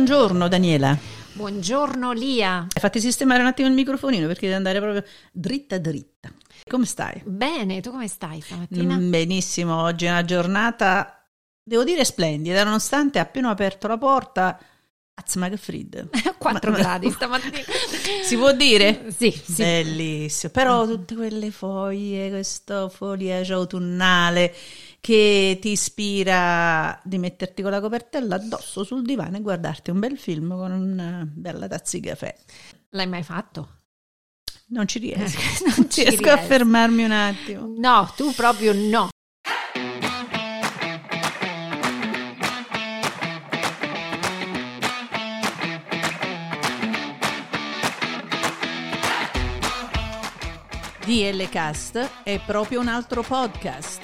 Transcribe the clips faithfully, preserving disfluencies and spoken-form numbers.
Buongiorno Daniela. Buongiorno Lia. Fatti sistemare un attimo il microfonino perché devi andare proprio dritta dritta. Come stai? Bene, tu come stai stamattina? Mm, benissimo, oggi è una giornata, devo dire, splendida, nonostante appena aperto la porta, azz, ma che freddo. quattro ma, gradi stamattina. Si può dire? Sì, sì. Bellissimo, però tutte quelle foglie, questo foliage autunnale che ti ispira di metterti con la copertella addosso sul divano e guardarti un bel film con una bella tazza di caffè. L'hai mai fatto? Non ci riesco, non ci riesco riesco a fermarmi un attimo. No, tu proprio no. D L Cast è proprio un altro podcast.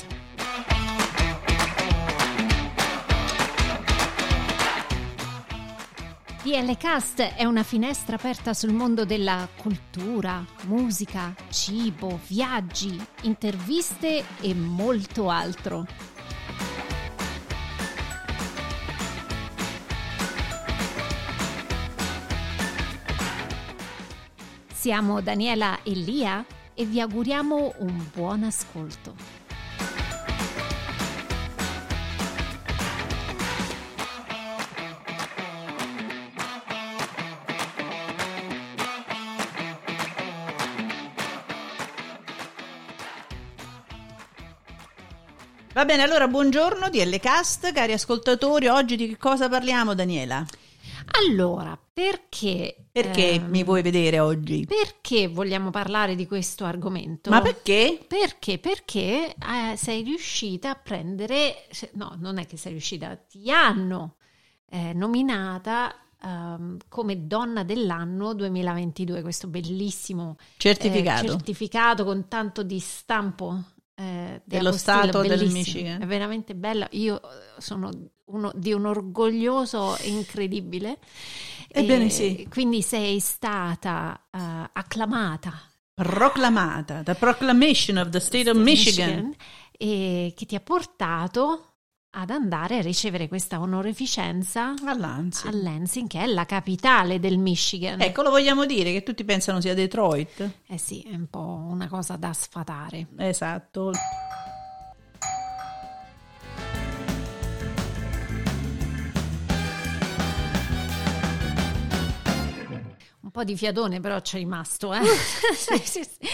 D L Cast è una finestra aperta sul mondo della cultura, musica, cibo, viaggi, interviste e molto altro. Siamo Daniela e Lia e vi auguriamo un buon ascolto. Va bene, allora buongiorno D L Cast, cari ascoltatori. Oggi di che cosa parliamo, Daniela? Allora, perché... Perché ehm, mi vuoi vedere oggi? Perché vogliamo parlare di questo argomento? Ma perché? Perché? Perché eh, sei riuscita a prendere... No, non è che sei riuscita, ti hanno eh, nominata ehm, come donna dell'anno duemilaventidue, questo bellissimo Certificato. eh, certificato con tanto di stampo. Eh, dello stato del Michigan. È veramente bella. Io sono uno di un orgoglioso incredibile. Ebbene e sì. Quindi sei stata uh, acclamata, proclamata, the proclamation of the state of Michigan, Michigan, e che ti ha portato ad andare a ricevere questa onorificenza all'Lansing. all'Lansing, che è la capitale del Michigan. Ecco, lo vogliamo dire, che tutti pensano sia Detroit. Eh sì, è un po' una cosa da sfatare. Esatto. Un po' di fiatone però c'è rimasto, eh? sì, sì, sì.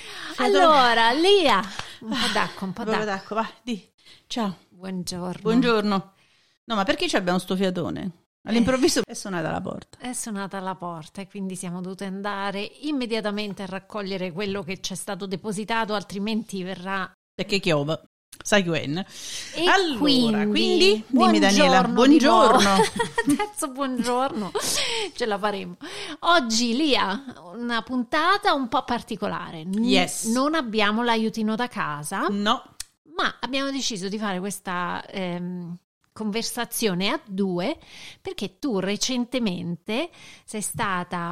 Allora, Lia, un po' d'acqua, un po' d'acqua. d'acqua, vai, di. Ciao. Buongiorno. Buongiorno. No, ma perché ci abbiamo sto fiatone? All'improvviso eh. è suonata la porta. È suonata la porta e quindi siamo dovute andare immediatamente a raccogliere quello che c'è stato depositato, altrimenti verrà... Perché chiova. Sai Gwen. E allora, quindi, quindi dimmi Daniela, buongiorno. Terzo buongiorno, ce la faremo. Oggi Lia, una puntata un po' particolare. Yes. Non abbiamo l'aiutino da casa. No. Ma abbiamo deciso di fare questa ehm, conversazione a due perché tu recentemente sei stata...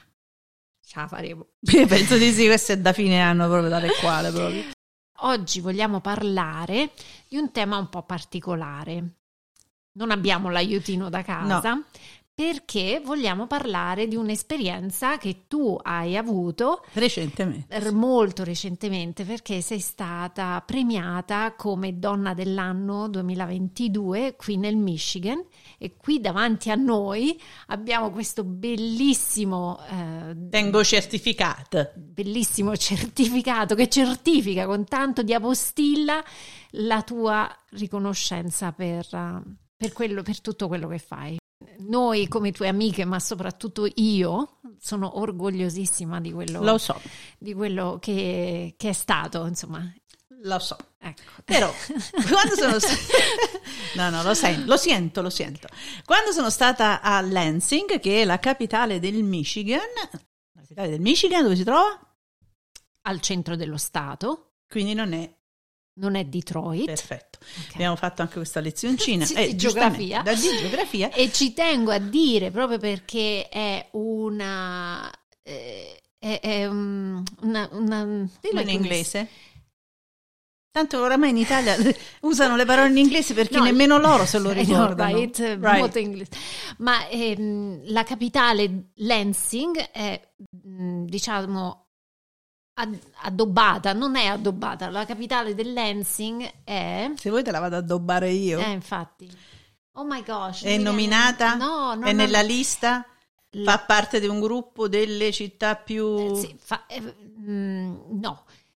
Ce la faremo. Penso di sì, questo è da fine anno proprio, tale quale proprio. Oggi vogliamo parlare di un tema un po' particolare. Non abbiamo l'aiutino da casa, no. Perché vogliamo parlare di un'esperienza che tu hai avuto recentemente, molto recentemente, perché sei stata premiata come donna dell'anno duemilaventidue qui nel Michigan e qui davanti a noi abbiamo questo bellissimo eh, tengo certificato bellissimo certificato che certifica con tanto di apostilla la tua riconoscenza per, per, quello, per tutto quello che fai. Noi come tue amiche, ma soprattutto io, sono orgogliosissima di quello, lo so. di quello che, che è stato, insomma. Lo so. Ecco. Però quando sono no no lo sento, lo sento, lo sento. Quando sono stata a Lansing, che è la capitale del Michigan, la capitale del Michigan dove si trova? Al centro dello stato. Quindi non è Non è Detroit. Perfetto. Okay. Abbiamo fatto anche questa lezioncina sì, eh, di geografia. Da di geografia. E ci tengo a dire, proprio perché è una... Eh, è, è un, una... una Dillo in inglese. Tanto oramai in Italia usano le parole in inglese perché No, nemmeno loro se lo ricordano. No, right, Right. molto inglese. Ma ehm, la capitale Lansing è, mh, diciamo, ad- addobbata, non è addobbata. La capitale del Lansing è... Se vuoi te la vado ad addobbare io. Eh, infatti. Oh my gosh. È mi viene- nominata? No, no, È no, nella no. lista? La- Fa parte di un gruppo delle città più... Sì, fa- eh, mm, no.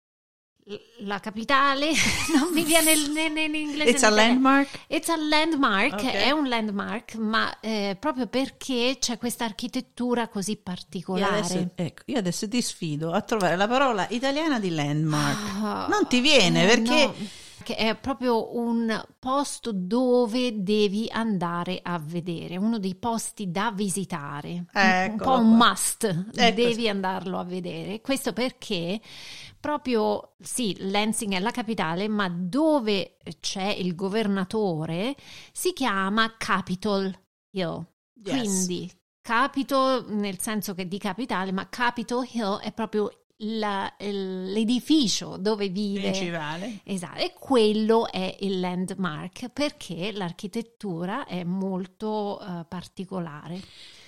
L- La capitale non mi viene il- né, né in inglese. It's a né in italiano. landmark? It's a landmark, Ok. è un landmark, ma eh, proprio perché c'è questa architettura così Io particolare. adesso, ecco, io adesso ti sfido a trovare la parola italiana di landmark. Ah, Non ti viene eh, perché... no, che è proprio un posto dove devi andare a vedere, uno dei posti da visitare, un- un Eccolo po' un qua. must, Ecco. devi andarlo a vedere. Questo perché proprio, sì, Lansing è la capitale, ma dove c'è il governatore si chiama Capitol Hill. Yes. Quindi Capitol nel senso che di capitale, ma Capitol Hill è proprio la- il- l'edificio dove vive. Principale. Esatto, e quello è il landmark perché l'architettura è molto eh, particolare.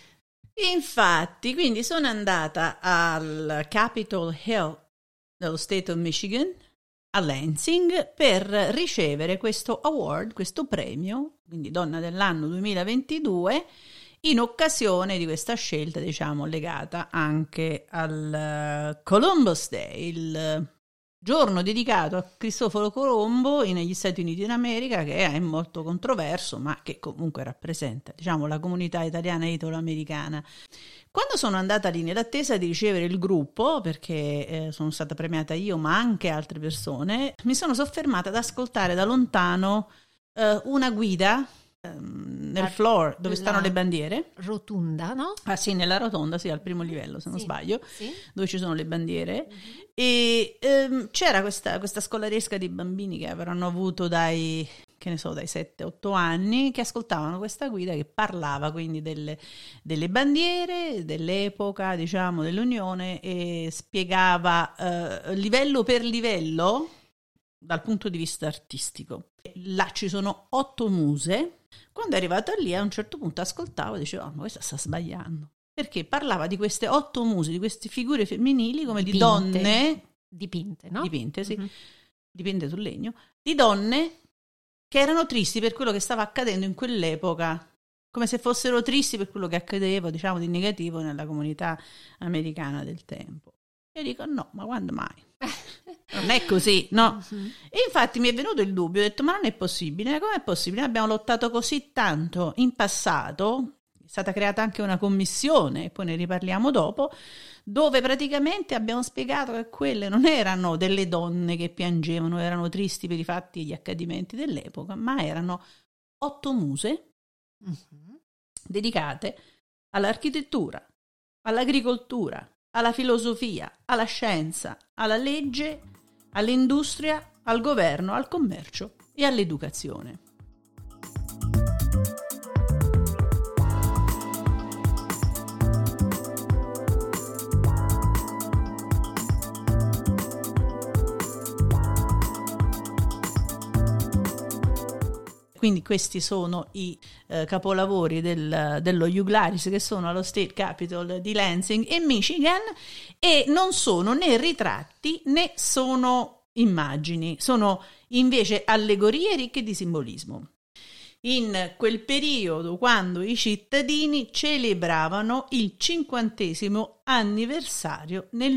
Infatti, quindi sono andata al Capitol Hill dello State of Michigan, a Lansing, per ricevere questo award, questo premio, quindi Donna dell'anno duemilaventidue, in occasione di questa scelta, diciamo, legata anche al eh, Columbus Day, il giorno dedicato a Cristoforo Colombo negli Stati Uniti d'America, che è molto controverso, ma che comunque rappresenta, diciamo, la comunità italiana e italo-americana. Quando sono andata lì nell'attesa di ricevere il gruppo, perché eh, sono stata premiata io, ma anche altre persone, mi sono soffermata ad ascoltare da lontano eh, una guida ehm, nel La- floor dove la- stanno le bandiere. Rotonda, no? Ah sì, nella rotonda, sì, al primo livello, se non Sì, sbaglio, sì. dove ci sono le bandiere. E ehm, c'era questa, questa scolaresca di bambini che avranno avuto dai, che ne so, dai sette otto anni, che ascoltavano questa guida che parlava quindi delle, delle bandiere, dell'epoca, diciamo, dell'Unione, e spiegava eh, livello per livello dal punto di vista artistico. Là ci sono otto muse. Quando è arrivata lì, a un certo punto ascoltavo e dicevo, oh, ma questa sta sbagliando. Perché parlava di queste otto muse, di queste figure femminili come di Dipinte. donne Dipinte, no? dipinte, sì, Mhm. dipinte sul legno, di donne che erano tristi per quello che stava accadendo in quell'epoca, come se fossero tristi per quello che accadeva, diciamo, di negativo nella comunità americana del tempo. Io dico, no, ma quando mai? Non è così, no? Mhm. E infatti mi è venuto il dubbio, ho detto, ma non è possibile, com'è possibile? Noi abbiamo lottato così tanto in passato, è stata creata anche una commissione, e poi ne riparliamo dopo, dove praticamente abbiamo spiegato che quelle non erano delle donne che piangevano, erano tristi per i fatti e gli accadimenti dell'epoca, ma erano otto muse Mhm. dedicate all'architettura, all'agricoltura, alla filosofia, alla scienza, alla legge, all'industria, al governo, al commercio e all'educazione. Quindi questi sono i eh, capolavori del, dello Juglaris, che sono allo State Capitol di Lansing in Michigan, e non sono né ritratti né sono immagini, sono invece allegorie ricche di simbolismo. In quel periodo, quando i cittadini celebravano il cinquantesimo anniversario nel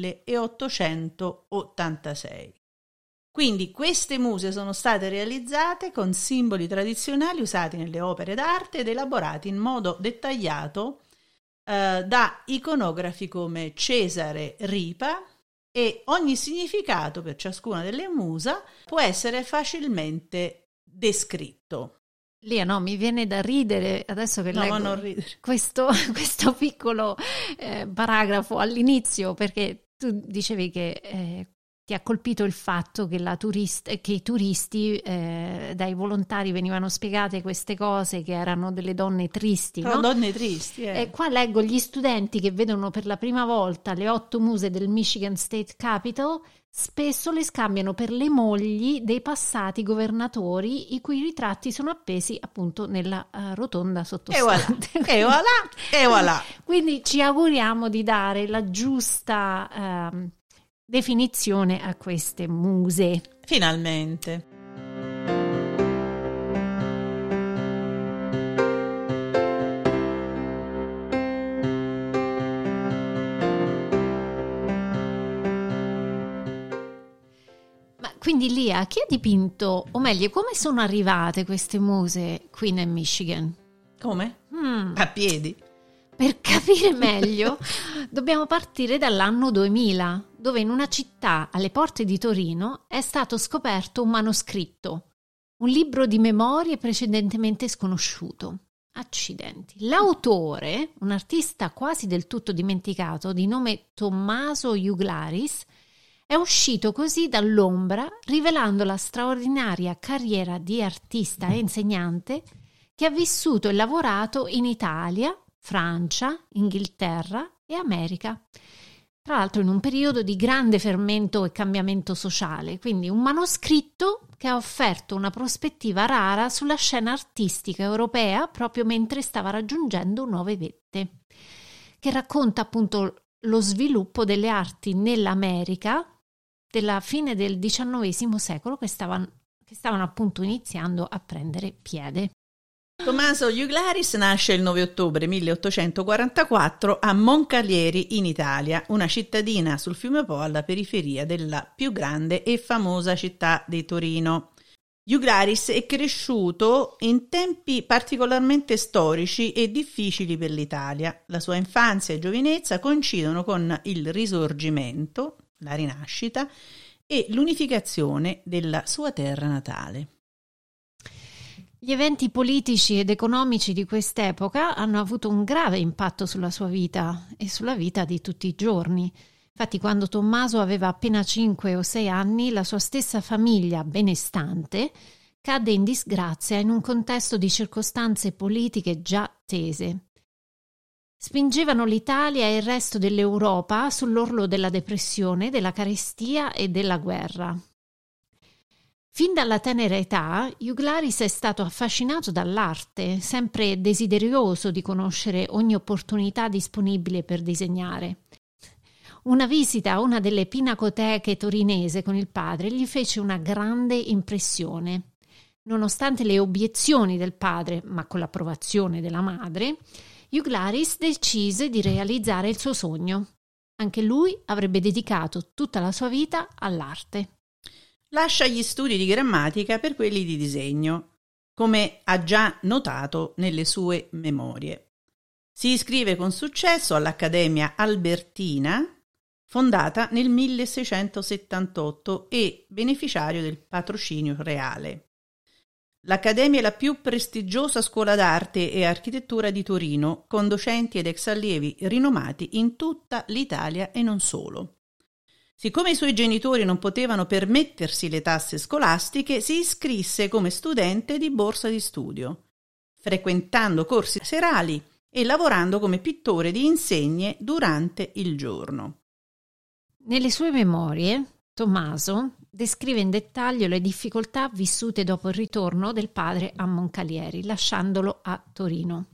milleottocentottantasei. Quindi queste muse sono state realizzate con simboli tradizionali usati nelle opere d'arte ed elaborati in modo dettagliato eh, da iconografi come Cesare Ripa, e ogni significato per ciascuna delle musa può essere facilmente descritto. Lia, no, mi viene da ridere adesso che No, leggo ma non ridere. questo, questo piccolo eh, paragrafo all'inizio, perché tu dicevi che eh, ti ha colpito il fatto che, la turist- che i turisti, eh, dai volontari venivano spiegate queste cose, che erano delle donne tristi, Sono no? donne tristi, eh. E qua leggo gli studenti che vedono per la prima volta le otto muse del Michigan State Capitol, spesso le scambiano per le mogli dei passati governatori, i cui ritratti sono appesi appunto nella uh, rotonda sottostante. E voilà, e voilà. Quindi ci auguriamo di dare la giusta uh, definizione a queste muse. Finalmente. Quindi Lia, chi ha dipinto, o meglio, come sono arrivate queste muse qui nel Michigan? Come? Mm. A piedi. Per capire meglio, dobbiamo partire dall'anno duemila, dove in una città alle porte di Torino è stato scoperto un manoscritto, un libro di memorie precedentemente sconosciuto. Accidenti. L'autore, un artista quasi del tutto dimenticato, di nome Tommaso Juglaris, è uscito così dall'ombra, rivelando la straordinaria carriera di artista e insegnante che ha vissuto e lavorato in Italia, Francia, Inghilterra e America. Tra l'altro in un periodo di grande fermento e cambiamento sociale, quindi un manoscritto che ha offerto una prospettiva rara sulla scena artistica europea proprio mentre stava raggiungendo nuove vette, che racconta appunto lo sviluppo delle arti nell'America della fine del diciannovesimo secolo, che stavano, che stavano appunto iniziando a prendere piede. Tommaso Juglaris nasce il nove ottobre milleottocentoquarantaquattro a Moncalieri in Italia, una cittadina sul fiume Po alla periferia della più grande e famosa città di Torino. Juglaris è cresciuto in tempi particolarmente storici e difficili per l'Italia. La sua infanzia e giovinezza coincidono con il Risorgimento, la rinascita e l'unificazione della sua terra natale. Gli eventi politici ed economici di quest'epoca hanno avuto un grave impatto sulla sua vita e sulla vita di tutti i giorni. Infatti, quando Tommaso aveva appena cinque o sei anni, la sua stessa famiglia benestante cadde in disgrazia in un contesto di circostanze politiche già tese. Spingevano l'Italia e il resto dell'Europa sull'orlo della depressione, della carestia e della guerra. Fin dalla tenera età, Juglaris è stato affascinato dall'arte, sempre desideroso di conoscere ogni opportunità disponibile per disegnare. Una visita a una delle pinacoteche torinese con il padre gli fece una grande impressione. Nonostante le obiezioni del padre, ma con l'approvazione della madre, Juglaris decise di realizzare il suo sogno. Anche lui avrebbe dedicato tutta la sua vita all'arte. Lascia gli studi di grammatica per quelli di disegno, come ha già notato nelle sue memorie. Si iscrive con successo all'Accademia Albertina, fondata nel milleseicentosettantotto e beneficiario del patrocinio reale. L'Accademia è la più prestigiosa scuola d'arte e architettura di Torino, con docenti ed ex allievi rinomati in tutta l'Italia e non solo. Siccome i suoi genitori non potevano permettersi le tasse scolastiche, si iscrisse come studente di borsa di studio, frequentando corsi serali e lavorando come pittore di insegne durante il giorno. Nelle sue memorie, Tommaso descrive in dettaglio le difficoltà vissute dopo il ritorno del padre a Moncalieri, lasciandolo a Torino.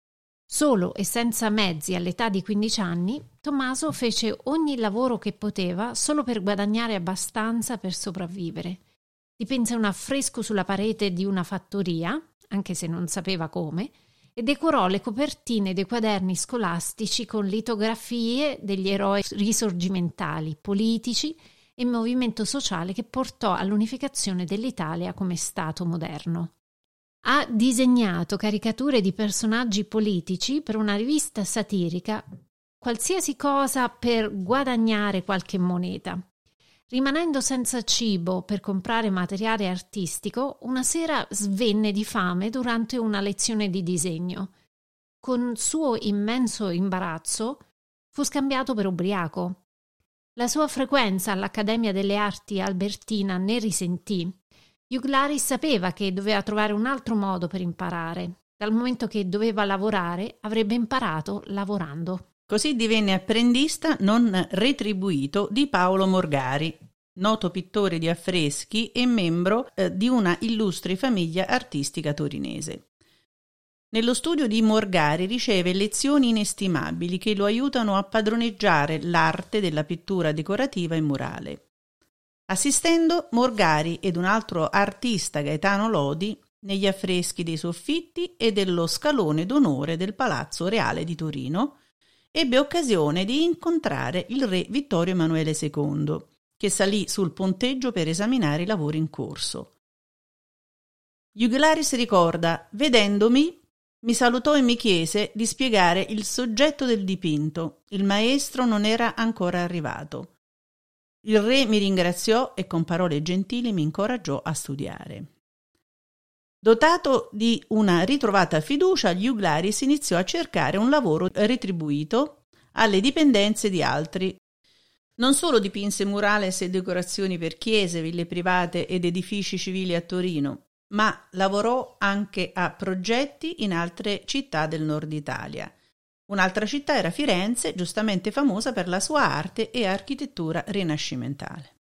Solo e senza mezzi all'età di quindici anni, Tommaso fece ogni lavoro che poteva solo per guadagnare abbastanza per sopravvivere. Dipinse un affresco sulla parete di una fattoria, anche se non sapeva come, e decorò le copertine dei quaderni scolastici con litografie degli eroi risorgimentali, politici e movimento sociale che portò all'unificazione dell'Italia come Stato moderno. Ha disegnato caricature di personaggi politici per una rivista satirica, qualsiasi cosa per guadagnare qualche moneta. Rimanendo senza cibo per comprare materiale artistico, una sera svenne di fame durante una lezione di disegno. Con suo immenso imbarazzo fu scambiato per ubriaco. La sua frequenza all'Accademia delle Arti Albertina ne risentì. Juglaris sapeva che doveva trovare un altro modo per imparare. Dal momento che doveva lavorare, avrebbe imparato lavorando. Così divenne apprendista non retribuito di Paolo Morgari, noto pittore di affreschi e membro eh, di una illustre famiglia artistica torinese. Nello studio di Morgari riceve lezioni inestimabili che lo aiutano a padroneggiare l'arte della pittura decorativa e murale. Assistendo Morgari ed un altro artista, Gaetano Lodi, negli affreschi dei soffitti e dello scalone d'onore del Palazzo Reale di Torino, ebbe occasione di incontrare il re Vittorio Emanuele secondo, che salì sul ponteggio per esaminare i lavori in corso. Juglaris ricorda: vedendomi, mi salutò e mi chiese di spiegare il soggetto del dipinto. Il maestro non era ancora arrivato. Il re mi ringraziò e con parole gentili mi incoraggiò a studiare. Dotato di una ritrovata fiducia, Juglaris iniziò a cercare un lavoro retribuito alle dipendenze di altri. Non solo dipinse murales e decorazioni per chiese, ville private ed edifici civili a Torino, ma lavorò anche a progetti in altre città del nord Italia. Un'altra città era Firenze, giustamente famosa per la sua arte e architettura rinascimentale.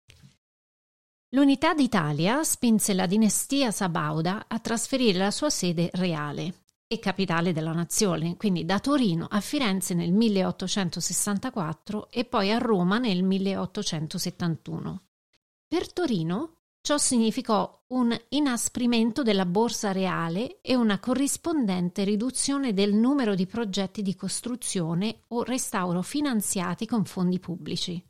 L'Unità d'Italia spinse la dinastia Sabauda a trasferire la sua sede reale e capitale della nazione, quindi da Torino a Firenze nel milleottocentosessantaquattro e poi a Roma nel milleottocentosettantuno. Per Torino ciò significò un inasprimento della borsa reale e una corrispondente riduzione del numero di progetti di costruzione o restauro finanziati con fondi pubblici.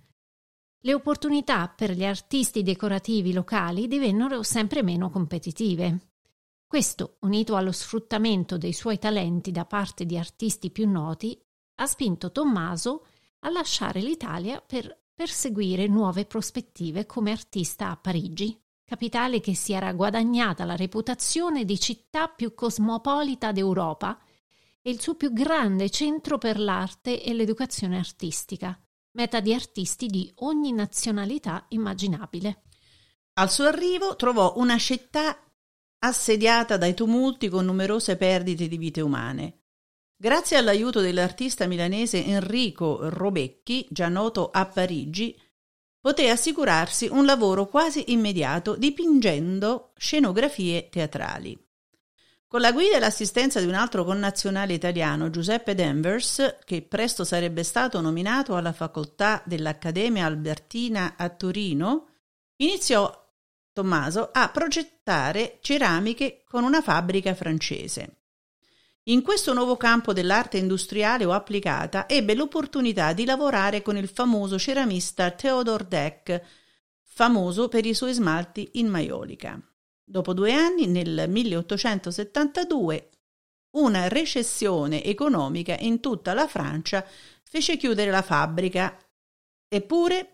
Le opportunità per gli artisti decorativi locali divennero sempre meno competitive. Questo, unito allo sfruttamento dei suoi talenti da parte di artisti più noti, ha spinto Tommaso a lasciare l'Italia per perseguire nuove prospettive come artista a Parigi, capitale che si era guadagnata la reputazione di città più cosmopolita d'Europa e il suo più grande centro per l'arte e l'educazione artistica, meta di artisti di ogni nazionalità immaginabile. Al suo arrivo trovò una città assediata dai tumulti con numerose perdite di vite umane. Grazie all'aiuto dell'artista milanese Enrico Robecchi, già noto a Parigi, poté assicurarsi un lavoro quasi immediato dipingendo scenografie teatrali. Con la guida e l'assistenza di un altro connazionale italiano, Giuseppe Danvers, che presto sarebbe stato nominato alla facoltà dell'Accademia Albertina a Torino, iniziò Tommaso a progettare ceramiche con una fabbrica francese. In questo nuovo campo dell'arte industriale o applicata ebbe l'opportunità di lavorare con il famoso ceramista Theodor Deck, famoso per i suoi smalti in maiolica. Dopo due anni, nel milleottocentosettantadue, una recessione economica in tutta la Francia fece chiudere la fabbrica, eppure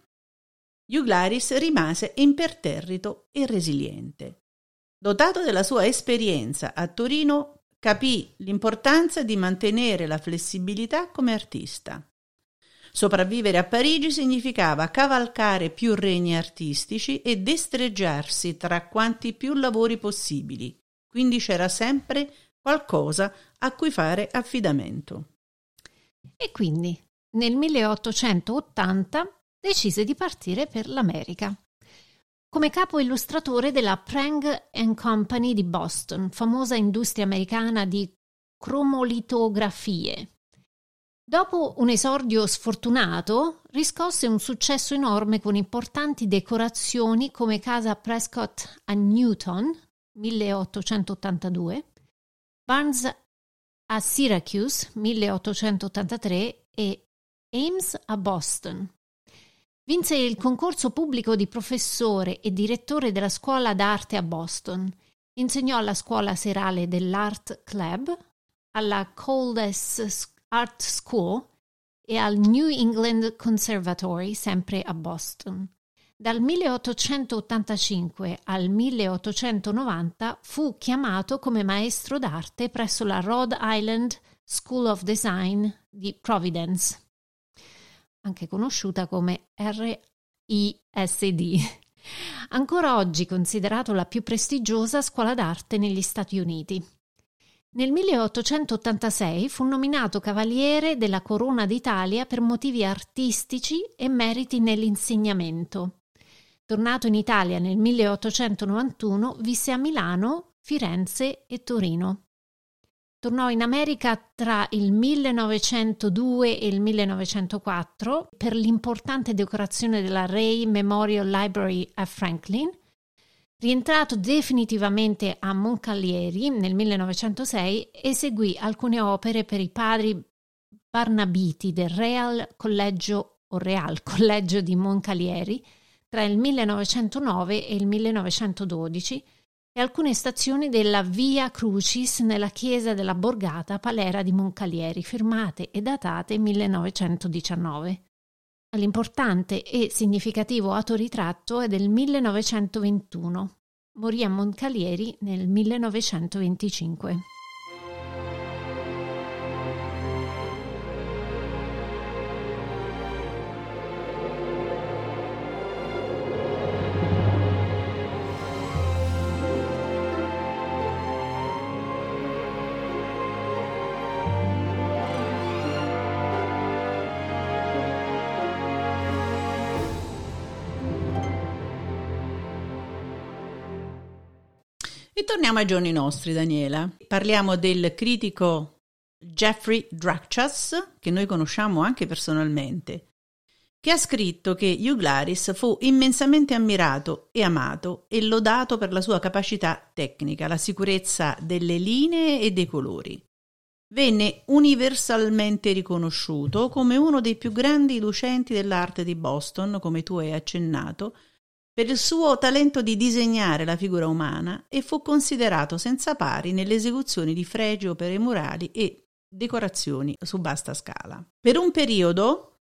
Juglaris rimase imperterrito e resiliente. Dotato della sua esperienza a Torino, capì l'importanza di mantenere la flessibilità come artista. Sopravvivere a Parigi significava cavalcare più regni artistici e destreggiarsi tra quanti più lavori possibili, quindi c'era sempre qualcosa a cui fare affidamento. E quindi nel milleottocentottanta decise di partire per l'America. Come capo illustratore della Prang and Company di Boston, famosa industria americana di cromolitografie. Dopo un esordio sfortunato, riscosse un successo enorme con importanti decorazioni come Casa Prescott a Newton, milleottocentottantadue, Barnes a Syracuse, milleottocentottantatré e Ames a Boston. Vinse il concorso pubblico di professore e direttore della scuola d'arte a Boston. Insegnò alla scuola serale dell'Art Club, alla Coles Art School e al New England Conservatory, sempre a Boston. Dal milleottocentottantacinque al milleottocentonovanta fu chiamato come maestro d'arte presso la Rhode Island School of Design di Providence. anche conosciuta come R I S D. Ancora oggi considerato la più prestigiosa scuola d'arte negli Stati Uniti. Nel milleottocentottantasei fu nominato Cavaliere della Corona d'Italia per motivi artistici e meriti nell'insegnamento. Tornato in Italia nel milleottocentonovantuno, visse a Milano, Firenze e Torino. Tornò in America tra il millenovecentodue e il millenovecentoquattro per l'importante decorazione della Ray Memorial Library a Franklin. Rientrato definitivamente a Moncalieri nel millenovecentosei, eseguì alcune opere per i padri Barnabiti del Real Collegio o Real Collegio di Moncalieri tra il millenovecentonove e il millenovecentododici e alcune stazioni della Via Crucis nella chiesa della borgata Palera di Moncalieri, firmate e datate millenovecentodiciannove. L'importante e significativo autoritratto è del millenovecentoventuno. Morì a Moncalieri nel millenovecentoventicinque. E torniamo ai giorni nostri, Daniela. Parliamo del critico Jeffrey Drachas, che noi conosciamo anche personalmente, che ha scritto che Hugh Glaris fu immensamente ammirato e amato e lodato per la sua capacità tecnica, la sicurezza delle linee e dei colori. Venne universalmente riconosciuto come uno dei più grandi lucenti dell'arte di Boston, come tu hai accennato, per il suo talento di disegnare la figura umana e fu considerato senza pari nelle esecuzioni di fregi, opere murali e decorazioni su vasta scala. Per un periodo,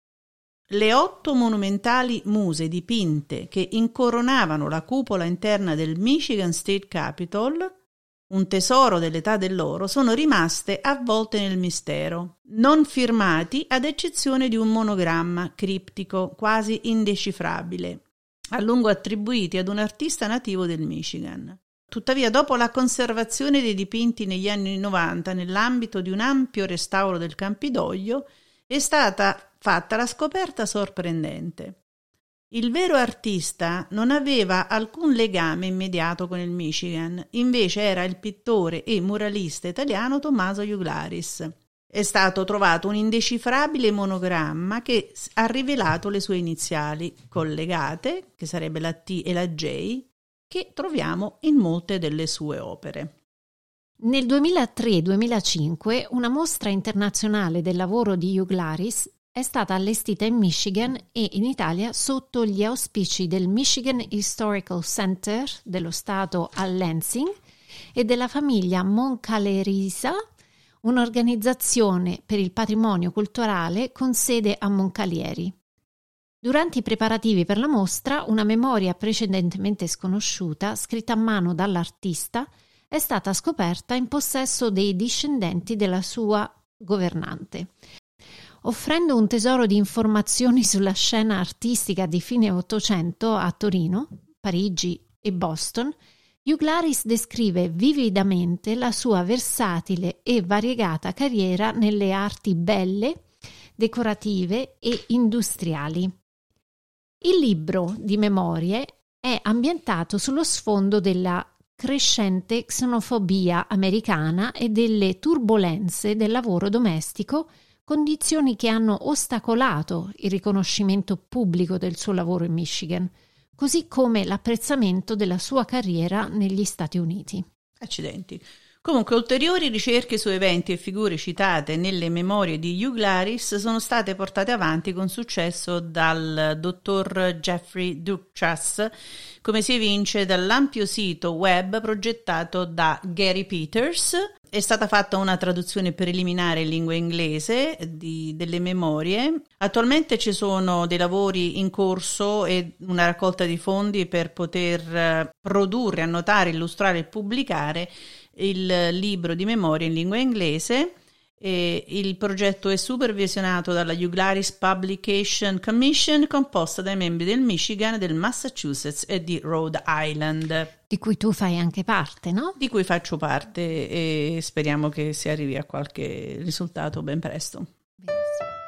le otto monumentali muse dipinte che incoronavano la cupola interna del Michigan State Capitol, un tesoro dell'età dell'oro, sono rimaste avvolte nel mistero, non firmati ad eccezione di un monogramma criptico quasi indecifrabile, a lungo attribuiti ad un artista nativo del Michigan. Tuttavia, dopo la conservazione dei dipinti negli anni novanta, nell'ambito di un ampio restauro del Campidoglio, è stata fatta la scoperta sorprendente. Il vero artista non aveva alcun legame immediato con il Michigan, invece era il pittore e muralista italiano Tommaso Juglaris. È stato trovato un indecifrabile monogramma che ha rivelato le sue iniziali collegate, che sarebbe la T e la J, che troviamo in molte delle sue opere. Nel duemilatré duemilacinque una mostra internazionale del lavoro di Juglaris è stata allestita in Michigan e in Italia sotto gli auspici del Michigan Historical Center dello Stato a Lansing e della famiglia Moncalerisa, un'organizzazione per il patrimonio culturale con sede a Moncalieri. Durante i preparativi per la mostra, una memoria precedentemente sconosciuta, scritta a mano dall'artista, è stata scoperta in possesso dei discendenti della sua governante. Offrendo un tesoro di informazioni sulla scena artistica di fine Ottocento a Torino, Parigi e Boston, Juglaris descrive vividamente la sua versatile e variegata carriera nelle arti belle, decorative e industriali. Il libro di memorie è ambientato sullo sfondo della crescente xenofobia americana e delle turbolenze del lavoro domestico, condizioni che hanno ostacolato il riconoscimento pubblico del suo lavoro in Michigan, così come l'apprezzamento della sua carriera negli Stati Uniti. Accidenti. Comunque, ulteriori ricerche su eventi e figure citate nelle memorie di Juglaris sono state portate avanti con successo dal dottor Jeffrey Drachas, come si evince dall'ampio sito web progettato da Gary Peters. È stata fatta una traduzione preliminare in lingua inglese di, delle memorie. Attualmente ci sono dei lavori in corso e una raccolta di fondi per poter produrre, annotare, illustrare e pubblicare il libro di memorie in lingua inglese, E il progetto è supervisionato dalla Juglaris Publication Commission, composta dai membri del Michigan, del Massachusetts e di Rhode Island. Di cui tu fai anche parte, no? Di cui faccio parte e speriamo che si arrivi a qualche risultato ben presto. Benissimo.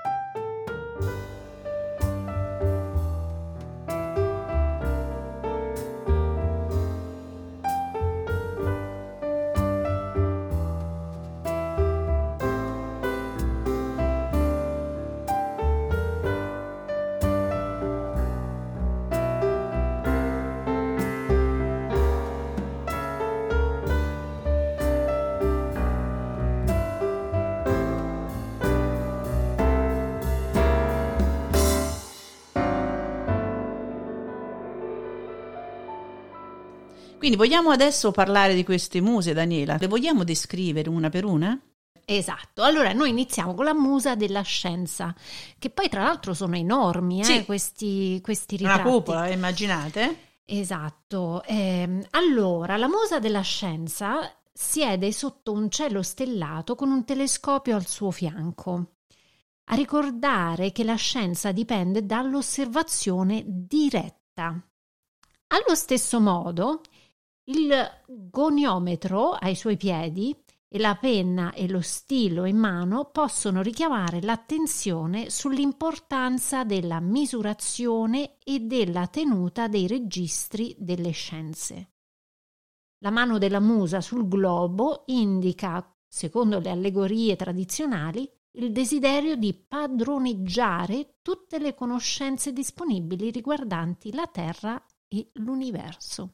Quindi vogliamo adesso parlare di queste muse, Daniela? Le vogliamo descrivere una per una? Esatto, allora noi iniziamo con la musa della scienza, che poi tra l'altro sono enormi, eh, sì. questi, questi ritratti. Una cupola, immaginate? Esatto, eh, allora la musa della scienza siede sotto un cielo stellato con un telescopio al suo fianco, a ricordare che la scienza dipende dall'osservazione diretta. Allo stesso modo, il goniometro ai suoi piedi e la penna e lo stilo in mano possono richiamare l'attenzione sull'importanza della misurazione e della tenuta dei registri delle scienze. La mano della musa sul globo indica, secondo le allegorie tradizionali, il desiderio di padroneggiare tutte le conoscenze disponibili riguardanti la Terra e l'universo.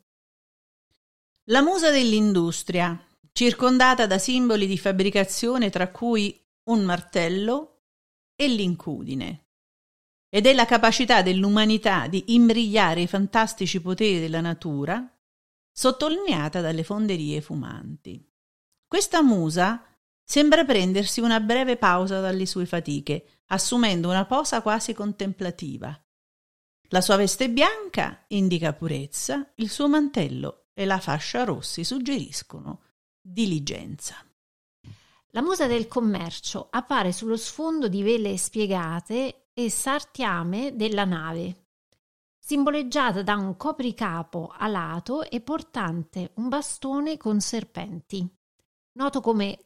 La musa dell'industria, circondata da simboli di fabbricazione tra cui un martello e l'incudine, ed è la capacità dell'umanità di imbrigliare i fantastici poteri della natura, sottolineata dalle fonderie fumanti. Questa musa sembra prendersi una breve pausa dalle sue fatiche, assumendo una posa quasi contemplativa. La sua veste bianca indica purezza, il suo mantello e la fascia rossi suggeriscono diligenza. La musa del commercio appare sullo sfondo di vele spiegate e sartiame della nave, simboleggiata da un copricapo alato e portante un bastone con serpenti, noto come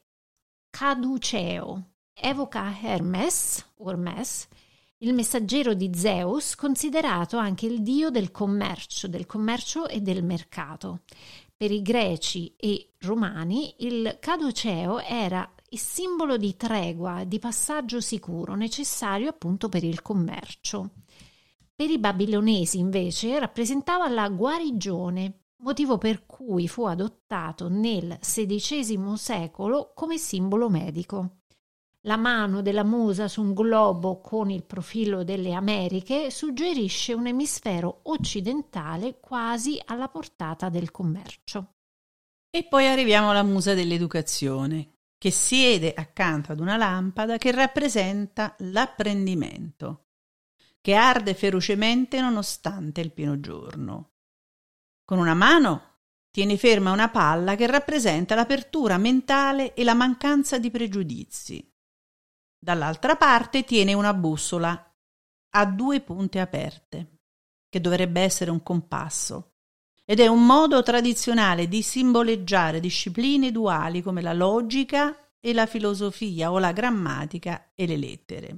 caduceo. Evoca Hermes, Hermes, il messaggero di Zeus, considerato anche il dio del commercio, del commercio e del mercato. Per i greci e romani il caduceo era il simbolo di tregua, di passaggio sicuro, necessario appunto per il commercio. Per i babilonesi invece rappresentava la guarigione, motivo per cui fu adottato nel sedicesimo secolo come simbolo medico. La mano della musa su un globo con il profilo delle Americhe suggerisce un emisfero occidentale quasi alla portata del commercio. E poi arriviamo alla musa dell'educazione, che siede accanto ad una lampada che rappresenta l'apprendimento, che arde ferocemente nonostante il pieno giorno. Con una mano tiene ferma una palla che rappresenta l'apertura mentale e la mancanza di pregiudizi. Dall'altra parte tiene una bussola a due punte aperte, che dovrebbe essere un compasso, ed è un modo tradizionale di simboleggiare discipline duali come la logica e la filosofia o la grammatica e le lettere.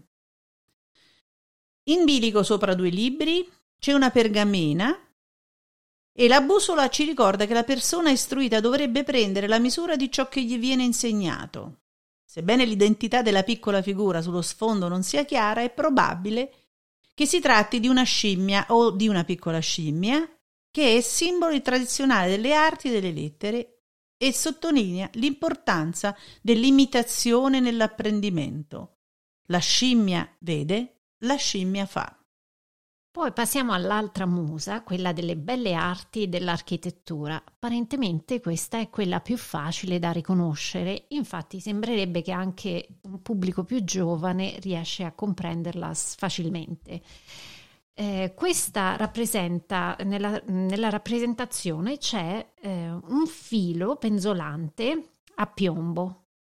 In bilico sopra due libri c'è una pergamena e la bussola ci ricorda che la persona istruita dovrebbe prendere la misura di ciò che gli viene insegnato. Sebbene l'identità della piccola figura sullo sfondo non sia chiara, è probabile che si tratti di una scimmia o di una piccola scimmia, che è simbolo tradizionale delle arti e delle lettere e sottolinea l'importanza dell'imitazione nell'apprendimento. La scimmia vede, la scimmia fa. Poi passiamo all'altra musa, quella delle belle arti e dell'architettura. Apparentemente questa è quella più facile da riconoscere, infatti sembrerebbe che anche un pubblico più giovane riesce a comprenderla facilmente. Eh, questa rappresenta, nella, nella rappresentazione c'è eh, un filo penzolante a piombo,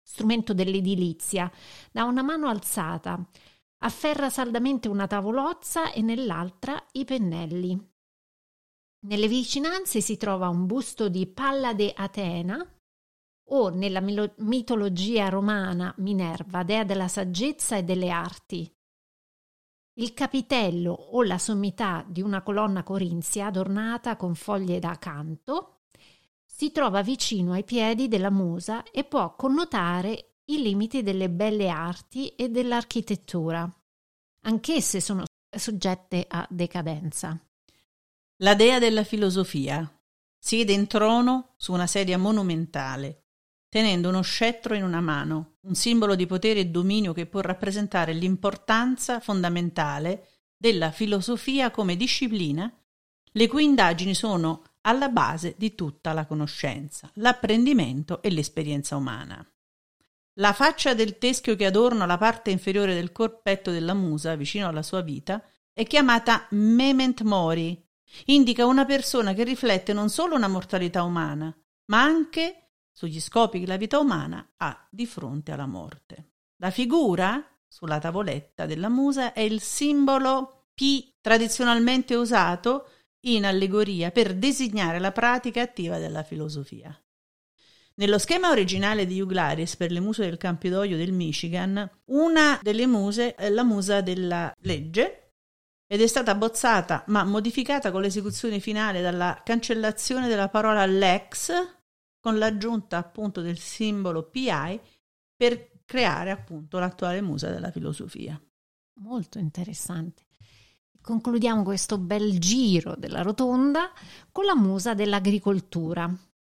strumento dell'edilizia, da una mano alzata, afferra saldamente una tavolozza e nell'altra i pennelli. Nelle vicinanze si trova un busto di Pallade Atena, o nella mitologia romana Minerva, dea della saggezza e delle arti. Il capitello o la sommità di una colonna corinzia adornata con foglie da canto si trova vicino ai piedi della musa e può connotare i limiti delle belle arti e dell'architettura. Anch'esse sono soggette a decadenza. La dea della filosofia siede in trono su una sedia monumentale, tenendo uno scettro in una mano, un simbolo di potere e dominio che può rappresentare l'importanza fondamentale della filosofia come disciplina, le cui indagini sono alla base di tutta la conoscenza, l'apprendimento e l'esperienza umana. La faccia del teschio che adorna la parte inferiore del corpetto della musa, vicino alla sua vita, è chiamata Memento Mori. Indica una persona che riflette non solo una mortalità umana, ma anche sugli scopi che la vita umana ha di fronte alla morte. La figura sulla tavoletta della musa è il simbolo P tradizionalmente usato in allegoria per designare la pratica attiva della filosofia. Nello schema originale di Juglaris per le muse del Campidoglio del Michigan, una delle muse è la musa della legge ed è stata abbozzata ma modificata con l'esecuzione finale dalla cancellazione della parola lex con l'aggiunta appunto del simbolo P I per creare appunto l'attuale musa della filosofia. Molto interessante. Concludiamo questo bel giro della rotonda con la musa dell'agricoltura.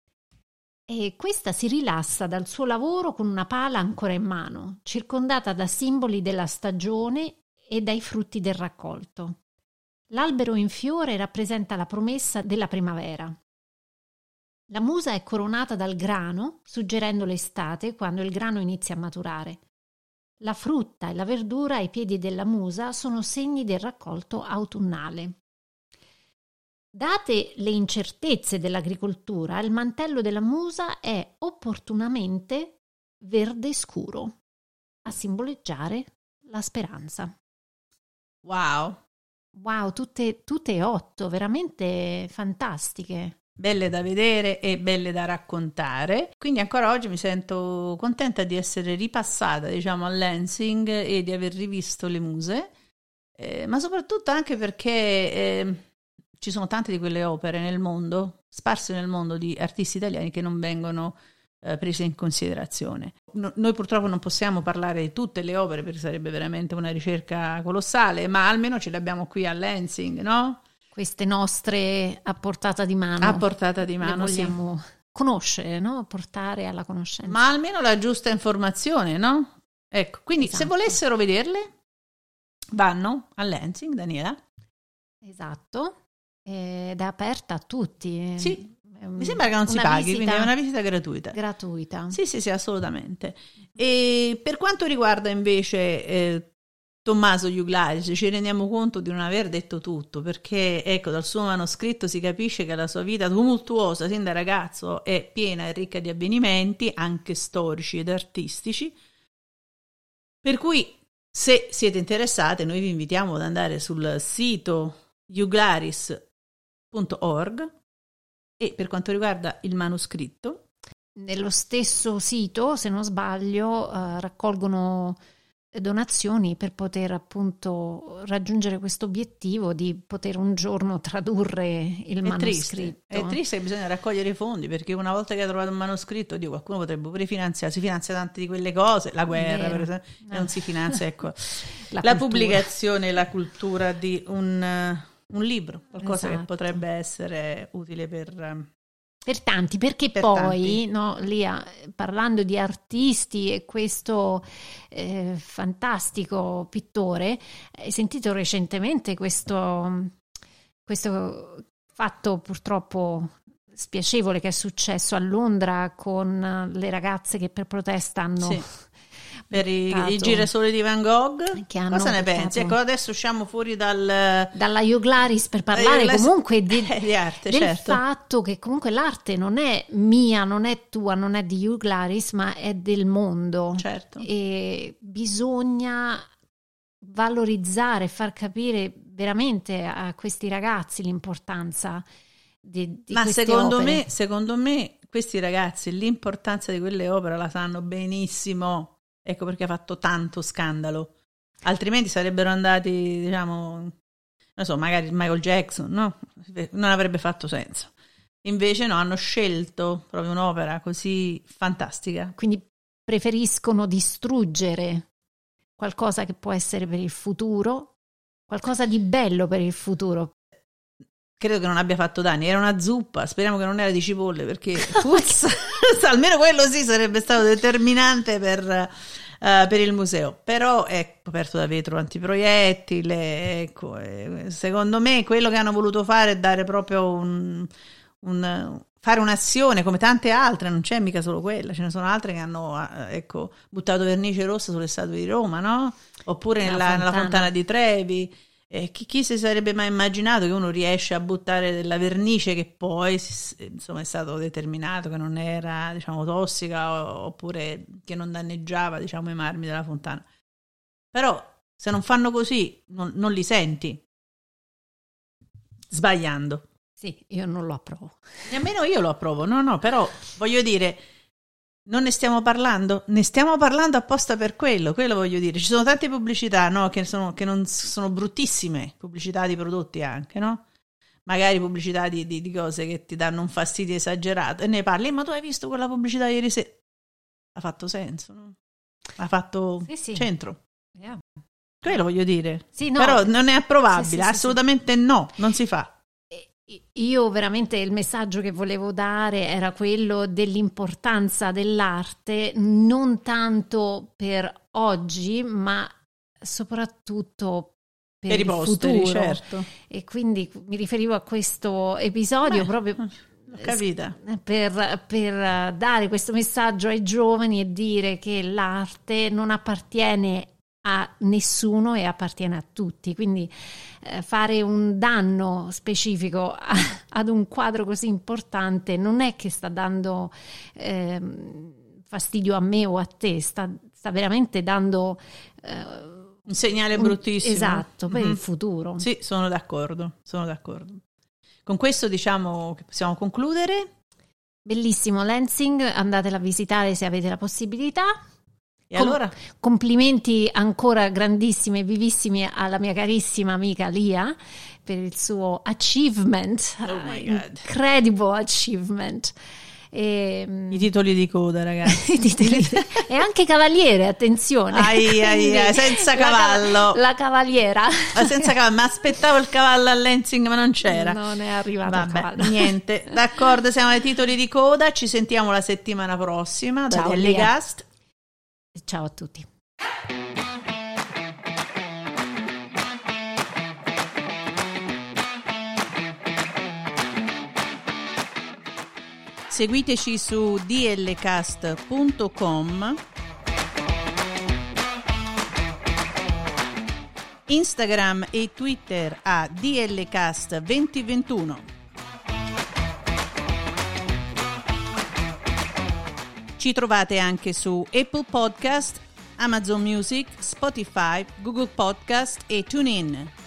E questa si rilassa dal suo lavoro con una pala ancora in mano, circondata da simboli della stagione e dai frutti del raccolto. L'albero in fiore rappresenta la promessa della primavera. La musa è coronata dal grano, suggerendo l'estate quando il grano inizia a maturare. La frutta e la verdura ai piedi della musa sono segni del raccolto autunnale. Date le incertezze dell'agricoltura, il mantello della musa è opportunamente verde scuro, a simboleggiare la speranza. Wow! Wow, tutte, tutte e otto, veramente fantastiche. Belle da vedere e belle da raccontare. Quindi ancora oggi mi sento contenta di essere ripassata, diciamo, a Lansing e di aver rivisto le muse, eh, ma soprattutto anche perché eh, ci sono tante di quelle opere nel mondo, sparse nel mondo, di artisti italiani che non vengono eh, prese in considerazione. No, noi purtroppo non possiamo parlare di tutte le opere perché sarebbe veramente una ricerca colossale, ma almeno ce le abbiamo qui a Lansing, no? Queste nostre a portata di mano. A portata di mano, le vogliamo sì. conoscere, no? Portare alla conoscenza. Ma almeno la giusta informazione, no? Ecco, quindi Esatto. Se volessero vederle, vanno a Lansing, Daniela. Esatto, ed è aperta a tutti. Sì, mi sembra che non si paghi, quindi è una visita gratuita. Gratuita. Sì, sì, sì, assolutamente. E per quanto riguarda invece eh, Tommaso Juglaris, ci rendiamo conto di non aver detto tutto, perché ecco, dal suo manoscritto si capisce che la sua vita tumultuosa sin da ragazzo è piena e ricca di avvenimenti, anche storici ed artistici, per cui se siete interessate noi vi invitiamo ad andare sul sito juglaris punto org e per quanto riguarda il manoscritto, nello stesso sito, se non sbaglio, eh, raccolgono donazioni per poter appunto raggiungere questo obiettivo di poter un giorno tradurre il è manoscritto. Triste. È triste che bisogna raccogliere i fondi, perché una volta che hai trovato un manoscritto, Dio, qualcuno potrebbe pure finanziare, si finanzia tante di quelle cose, la guerra Vero. per esempio, e Eh. non si finanzia, ecco, La la, cultura. pubblicazione e la cultura di un, uh, un libro, qualcosa Esatto. che potrebbe essere utile per... um, Per tanti, perché Per poi, tanti. no, Lia, parlando di artisti e questo eh, fantastico pittore, hai sentito recentemente questo, questo fatto purtroppo spiacevole che è successo a Londra con le ragazze che per protesta hanno Sì. per i, i girasoli di Van Gogh. Che hanno Cosa ne portato... pensi? Ecco, adesso usciamo fuori dal... dalla Juglaris per parlare Juglaris... comunque di, eh, di arte, del certo. fatto che comunque l'arte non è mia, non è tua, non è di Juglaris, ma è del mondo. Certo. E bisogna valorizzare, far capire veramente a questi ragazzi l'importanza di, di ma queste secondo opere. me secondo me questi ragazzi l'importanza di quelle opere la sanno benissimo, ecco perché ha fatto tanto scandalo, altrimenti sarebbero andati, diciamo, non so, magari Michael Jackson, no? Non avrebbe fatto senso. Invece no, hanno scelto proprio un'opera così fantastica. Quindi preferiscono distruggere qualcosa che può essere per il futuro, qualcosa di bello per il futuro. Credo che non abbia fatto danni, era una zuppa, speriamo che non era di cipolle, perché puzza, almeno quello sì sarebbe stato determinante per, uh, per il museo, però è coperto da vetro antiproiettile, ecco, eh, secondo me quello che hanno voluto fare è dare proprio un, un fare un'azione come tante altre, non c'è mica solo quella, ce ne sono altre che hanno ecco buttato vernice rossa sulle statue di Roma, no? Oppure nella, fontana. nella fontana di Trevi. Eh, chi, chi si sarebbe mai immaginato che uno riesce a buttare della vernice che poi insomma è stato determinato che non era, diciamo, tossica o, oppure che non danneggiava, diciamo, i marmi della fontana. Però se non fanno così non, non li senti sbagliando. Sì, io non lo approvo. Nemmeno io lo approvo, no, no, però voglio dire, non ne stiamo parlando? Ne stiamo parlando apposta per quello, quello voglio dire. Ci sono tante pubblicità, no, che sono, che non sono bruttissime, pubblicità di prodotti anche, no? Magari pubblicità di, di, di cose che ti danno un fastidio esagerato e ne parli, ma tu hai visto quella pubblicità ieri sera? Ha fatto senso, no? Ha fatto sì, sì. centro. Yeah. Quello voglio dire. Sì, no. Però non è approvabile, sì, sì, assolutamente sì, sì. no, non si fa. Io veramente il messaggio che volevo dare era quello dell'importanza dell'arte non tanto per oggi, ma soprattutto per, per il i posteri, futuro. Certo. E quindi mi riferivo a questo episodio Beh, proprio capita. Per, per dare questo messaggio ai giovani e dire che l'arte non appartiene a nessuno e appartiene a tutti, quindi eh, fare un danno specifico a, ad un quadro così importante non è che sta dando eh, fastidio a me o a te, sta, sta veramente dando eh, un segnale bruttissimo. Un, esatto, per mm-hmm. il futuro. Sì, sono d'accordo, sono d'accordo. Con questo diciamo che possiamo concludere. Bellissimo Lansing, andatela a visitare se avete la possibilità. E Com- allora? Complimenti ancora grandissimi e vivissimi alla mia carissima amica Lia per il suo achievement, oh my God. incredible achievement. E, I titoli di coda, ragazzi. I titoli di... E anche cavaliere, attenzione. Ai, ai, ai, senza cavallo. La, la cavaliera. Ma senza cavallo, ma aspettavo il cavallo a Lansing, ma non c'era. Non è arrivato Vabbè, il cavallo. Niente, d'accordo, siamo ai titoli di coda. Ci sentiamo la settimana prossima da D L Cast. Ciao a tutti. Seguiteci su d l cast punto com, Instagram e Twitter a D L Cast duemilaventuno. Ci trovate anche su Apple Podcast, Amazon Music, Spotify, Google Podcast e TuneIn.